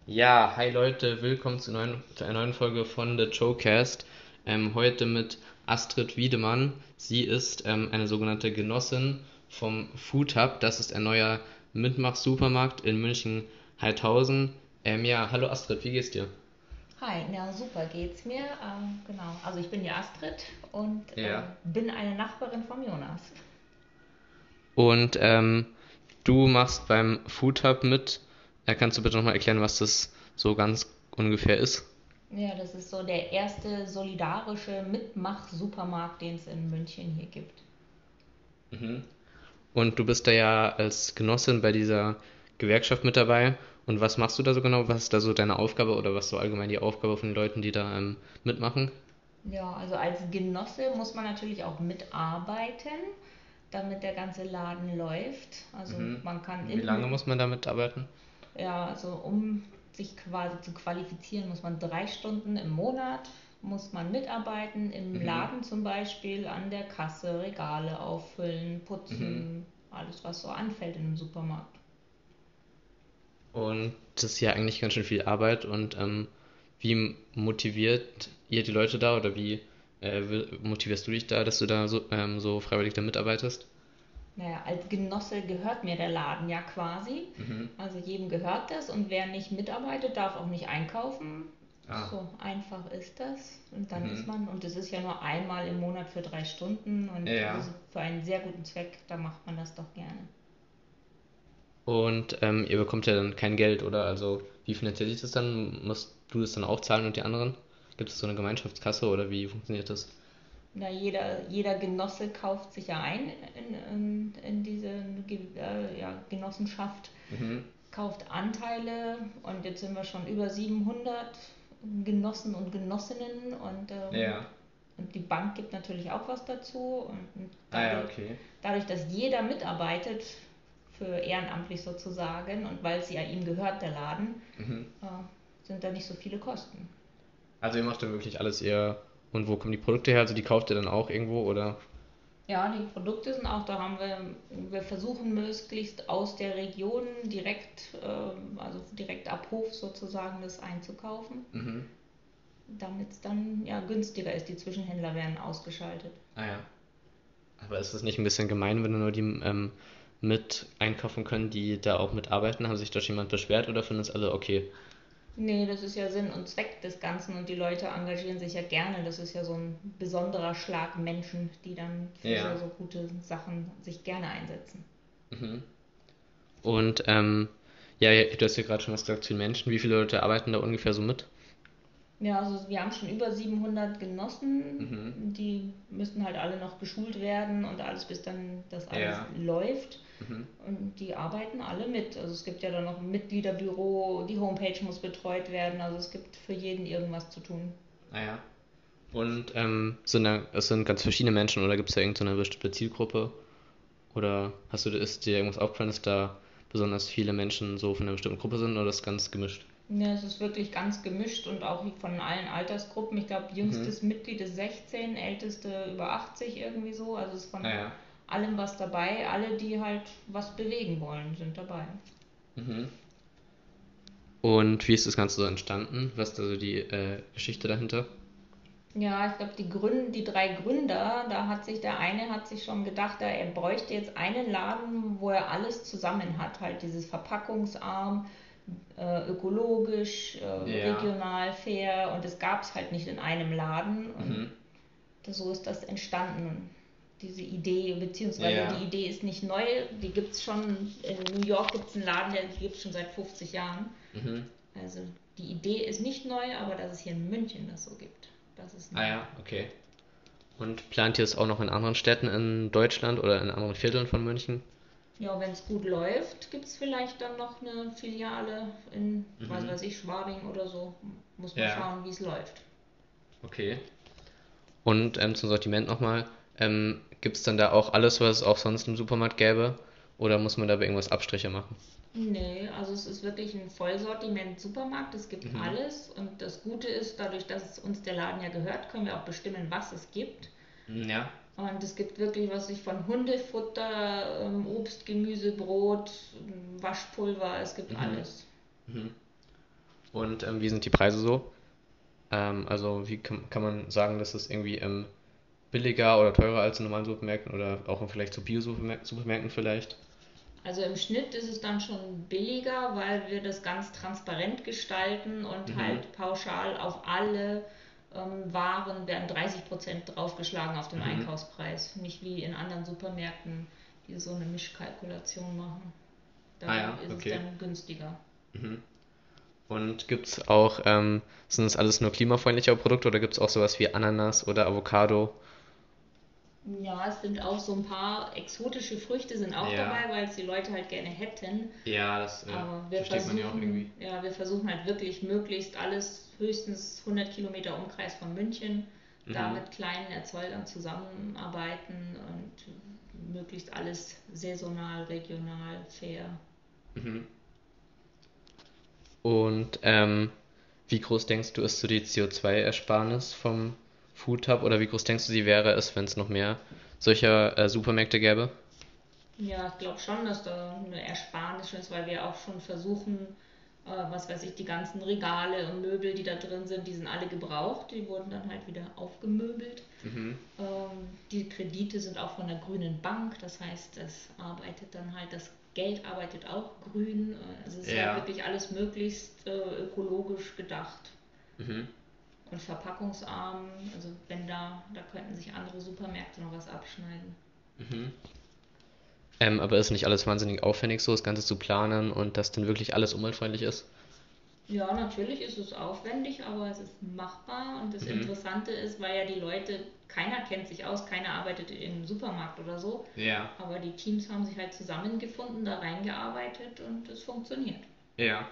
Ja, hi Leute, willkommen zu einer neuen Folge von The Showcast. Heute mit Astrid Wiedemann. Sie ist eine sogenannte Genossin vom Food Hub. Das ist ein neuer Mitmach-Supermarkt in München-Heidhausen. Ja, hallo Astrid, wie geht's dir? Hi, ja, super geht's mir. Genau, also ich bin die Astrid und Ja. bin eine Nachbarin vom Jonas. Und du machst beim Food Hub mit. Kannst du bitte nochmal erklären, was das so ganz ungefähr ist? Ja, das ist so der erste solidarische Mitmach-Supermarkt, den es in München hier gibt. Mhm. Und du bist da ja als Genossin bei dieser Gewerkschaft mit dabei. Und was machst du da so genau? Was ist da so deine Aufgabe oder was so allgemein die Aufgabe von den Leuten, die da mitmachen? Ja, also als Genosse muss man natürlich auch mitarbeiten, damit der ganze Laden läuft. Also Mhm. man kann Wie lange muss man da mitarbeiten? ja, also um sich quasi zu qualifizieren, muss man 3 Stunden im Monat, muss man mitarbeiten, im Mhm. Laden zum Beispiel, an der Kasse, Regale auffüllen, Mhm. putzen, alles was so anfällt in einem Supermarkt. Und das ist ja eigentlich ganz schön viel Arbeit. Und wie motiviert ihr die Leute da oder wie motivierst du dich da, dass du da so freiwillig da mitarbeitest? Naja, als Genosse gehört mir der Laden ja quasi. Mhm. Also jedem gehört das und wer nicht mitarbeitet, darf auch nicht einkaufen. Ah. So einfach ist das. Und dann ist Mhm. man, und es ist ja nur einmal im Monat für 3 Stunden und das Ja. ist für einen sehr guten Zweck, da macht man das doch gerne. Und ihr bekommt ja dann kein Geld, oder? Also, wie finanziert sich das dann? Musst du das dann auch zahlen und die anderen? Gibt es so eine Gemeinschaftskasse oder wie funktioniert das? Na, jeder Genosse kauft sich ja ein in diese ja, Genossenschaft, Mhm. kauft Anteile und jetzt sind wir schon über 700 Genossen und Genossinnen Ja. und die Bank gibt natürlich auch was dazu und Ah ja, okay. dadurch, dass jeder mitarbeitet, für ehrenamtlich sozusagen und weil es ja ihm gehört, der Laden, Mhm. sind da nicht so viele Kosten. Also ihr macht dann wirklich alles ihr. Und wo kommen die Produkte her? Also die kauft ihr dann auch irgendwo, oder? Ja, die Produkte sind auch, da haben wir versuchen möglichst aus der Region direkt, also direkt ab Hof sozusagen das einzukaufen, Mhm. damit es dann ja günstiger ist. Die Zwischenhändler werden ausgeschaltet. Ah ja. Aber ist das nicht ein bisschen gemein, wenn nur die mit einkaufen können, die da auch mitarbeiten? Haben sich da schon jemand beschwert oder finden es alle okay? Nee, das ist ja Sinn und Zweck des Ganzen und die Leute engagieren sich ja gerne. Das ist ja so ein besonderer Schlag Menschen, die dann für Ja. so gute Sachen sich gerne einsetzen. Mhm. Und ja, du hast ja gerade schon was gesagt zu den Menschen. Wie viele Leute arbeiten da ungefähr so mit? Ja, also wir haben schon über 700 Genossen, Mhm. die müssen halt alle noch geschult werden und alles, bis dann das alles Ja. läuft. Mhm. Und die arbeiten alle mit. Also es gibt ja dann noch ein Mitgliederbüro, die Homepage muss betreut werden, also es gibt für jeden irgendwas zu tun. Ah ja. Und es sind ganz verschiedene Menschen oder gibt es da irgendeine bestimmte Zielgruppe? Oder ist dir irgendwas aufgefallen, dass da besonders viele Menschen so von einer bestimmten Gruppe sind oder ist ganz gemischt? Ja, es ist wirklich ganz gemischt und auch von allen Altersgruppen. Ich glaube, Mhm. jüngstes Mitglied ist 16, älteste über 80 irgendwie so. Also es ist von Ah ja. allem was dabei. Alle, die halt was bewegen wollen, sind dabei. Mhm. Und wie ist das Ganze so entstanden? Was ist also die Geschichte dahinter? Ja, ich glaube, die 3 Gründer, da hat sich der eine hat sich schon gedacht, er bräuchte jetzt einen Laden, wo er alles zusammen hat, halt dieses verpackungsarm, ökologisch, Ja. regional, fair und das gab es halt nicht in einem Laden und Mhm. so ist das entstanden. Diese Idee, beziehungsweise die Ja. Idee ist nicht neu, die gibt es schon, in New York gibt es einen Laden, der gibt es schon seit 50 Jahren. Mhm. Also die Idee ist nicht neu, aber dass es hier in München das so gibt, das ist Ah neu. ja, okay. Und plant ihr es auch noch in anderen Städten in Deutschland oder in anderen Vierteln von München? Ja, wenn es gut läuft, gibt es vielleicht dann noch eine Filiale in, was Mhm. weiß ich, Schwabing oder so. Muss man Ja, schauen, wie es läuft. okay. Und zum Sortiment nochmal. Gibt es dann da auch alles, was es auch sonst im Supermarkt gäbe? Oder muss man da bei irgendwas Abstriche machen? Nee, also es ist wirklich ein Vollsortiment-Supermarkt. Es gibt Mhm. alles. Und das Gute ist, dadurch, dass uns der Laden ja gehört, können wir auch bestimmen, was es gibt. Ja. Und es gibt wirklich, was ich von Hundefutter, Obst, Gemüse, Brot, Waschpulver, es gibt Mhm. alles. Mhm. Und wie sind die Preise so? Also wie kann man sagen, dass es irgendwie billiger oder teurer als in normalen Supermärkten oder auch vielleicht zu Bio-Supermärkten vielleicht? Also im Schnitt ist es dann schon billiger, weil wir das ganz transparent gestalten und Mhm. halt pauschal auf alle Waren werden 30% draufgeschlagen auf den Mhm. Einkaufspreis. Nicht wie in anderen Supermärkten, die so eine Mischkalkulation machen. Ah Da ja, ist es okay. dann günstiger. Mhm. Und gibt's auch, sind das alles nur klimafreundlichere Produkte oder gibt es auch sowas wie Ananas oder Avocado? Ja, es sind auch so ein paar exotische Früchte sind auch Ja, dabei, weil es die Leute halt gerne hätten. ja, das Aber versteht man ja auch irgendwie. wir versuchen halt wirklich möglichst alles höchstens 100 Kilometer Umkreis von München, da Mhm. mit kleinen Erzeugern zusammenarbeiten und möglichst alles saisonal, regional, fair. Mhm. Und wie groß denkst du, ist so die CO2-Ersparnis vom Food Hub oder wie groß denkst du, sie wäre es, wenn es noch mehr solcher Supermärkte gäbe? Ja, ich glaube schon, dass da eine Ersparnis ist, weil wir auch schon versuchen, was weiß ich, die ganzen Regale und Möbel, die da drin sind, die sind alle gebraucht, die wurden dann halt wieder aufgemöbelt. Mhm. Die Kredite sind auch von der grünen Bank, das heißt, es arbeitet dann halt, das Geld arbeitet auch grün. Also es ist halt Ja. wirklich alles möglichst ökologisch gedacht Mhm. und verpackungsarm. Also wenn da könnten sich andere Supermärkte noch was abschneiden. Mhm. Aber ist nicht alles wahnsinnig aufwendig so, das Ganze zu planen und dass dann wirklich alles umweltfreundlich ist? Ja, natürlich ist es aufwendig, aber es ist machbar und das Mhm. Interessante ist, weil ja die Leute, keiner kennt sich aus, keiner arbeitet im Supermarkt oder so, Ja. aber die Teams haben sich halt zusammengefunden, da reingearbeitet und es funktioniert. Ja.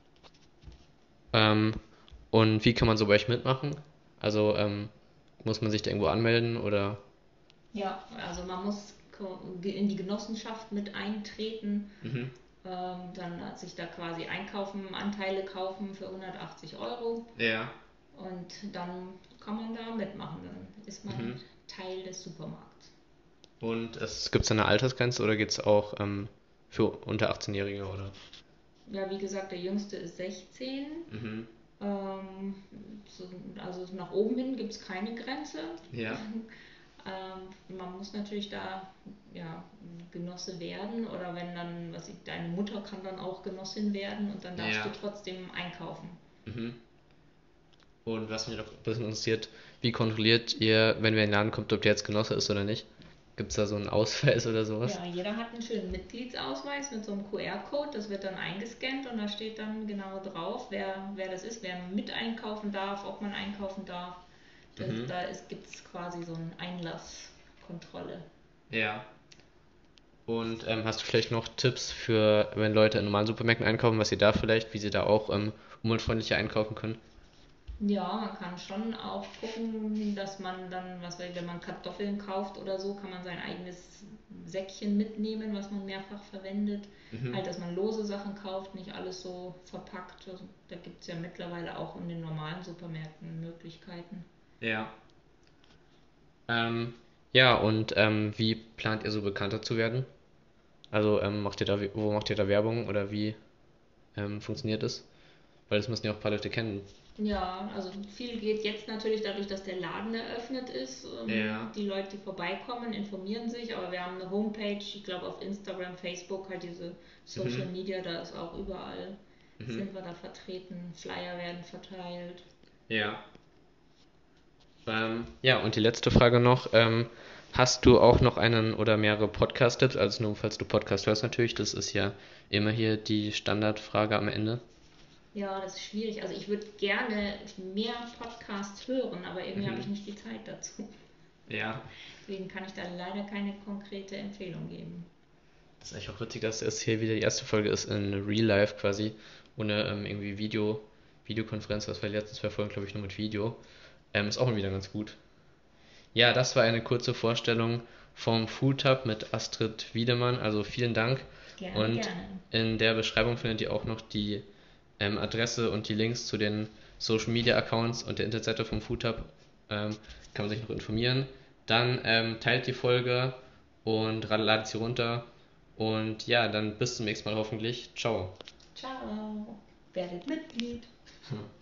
Ähm, und wie kann man so bei euch mitmachen? Also muss man sich da irgendwo anmelden oder? Ja, also man muss in die Genossenschaft mit eintreten, Mhm. dann hat sich da quasi einkaufen, Anteile kaufen für 180 € Ja. und dann kann man da mitmachen, dann ist man Mhm. Teil des Supermarkts. Und gibt es eine Altersgrenze oder geht es auch für unter 18-Jährige oder? Ja, wie gesagt, der Jüngste ist 16. Mhm. Ähm, so, also nach oben hin gibt es keine Grenze. Ja. Man muss natürlich da ja, Genosse werden oder wenn dann, was ich, deine Mutter kann dann auch Genossin werden und dann darfst du Ja. trotzdem einkaufen. Mhm. Und was mich noch ein bisschen interessiert, wie kontrolliert ihr, wenn wer in den Laden kommt, ob der jetzt Genosse ist oder nicht? Gibt es da so einen Ausweis oder sowas? Ja, jeder hat einen schönen Mitgliedsausweis mit so einem QR-Code, das wird dann eingescannt und da steht dann genau drauf, wer das ist, wer mit einkaufen darf, ob man einkaufen darf. Mhm. Da gibt es quasi so eine Einlasskontrolle. Ja. Und hast du vielleicht noch Tipps für, wenn Leute in normalen Supermärkten einkaufen, was sie da vielleicht, wie sie da auch umweltfreundlicher einkaufen können? Ja, man kann schon auch gucken, dass man dann, was weiß ich, wenn man Kartoffeln kauft oder so, kann man sein eigenes Säckchen mitnehmen, was man mehrfach verwendet. Mhm. Halt, dass man lose Sachen kauft, nicht alles so verpackt. Also, da gibt es ja mittlerweile auch in den normalen Supermärkten Möglichkeiten. Ja. Ähm, ja, und wie plant ihr so bekannter zu werden? Also wo macht ihr da Werbung oder wie funktioniert das? Weil das müssen ja auch ein paar Leute kennen. Ja, also viel geht jetzt natürlich dadurch, dass der Laden eröffnet ist. Ja. Die Leute, die vorbeikommen, informieren sich, aber wir haben eine Homepage, ich glaube auf Instagram, Facebook, halt diese Social Mhm. Media, da ist auch überall, Mhm. sind wir da vertreten, Flyer werden verteilt. Ja. Ja, und die letzte Frage noch. Hast du auch noch einen oder mehrere Podcast-Tipps? Also nur falls du Podcast hörst natürlich, das ist ja immer hier die Standardfrage am Ende. Ja, das ist schwierig. Also ich würde gerne mehr Podcasts hören, aber irgendwie habe ich Mhm. nicht die Zeit dazu. Ja, Deswegen kann ich da leider keine konkrete Empfehlung geben. das ist eigentlich auch witzig, dass es hier wieder die erste Folge ist in Real Life quasi, ohne irgendwie Videokonferenz, was war die letzten zwei Folgen, glaube ich, nur mit Video. Ist auch mal wieder ganz gut. Ja, das war eine kurze Vorstellung vom Food Hub mit Astrid Wiedemann. Also vielen Dank. Gerne, Und gerne. in der Beschreibung findet ihr auch noch die Adresse und die Links zu den Social Media Accounts und der Internetseite vom Food Hub. Kann man sich noch informieren. Dann teilt die Folge und ladet sie runter. Und ja, dann bis zum nächsten Mal hoffentlich. Ciao. Ciao. Werdet Mitglied.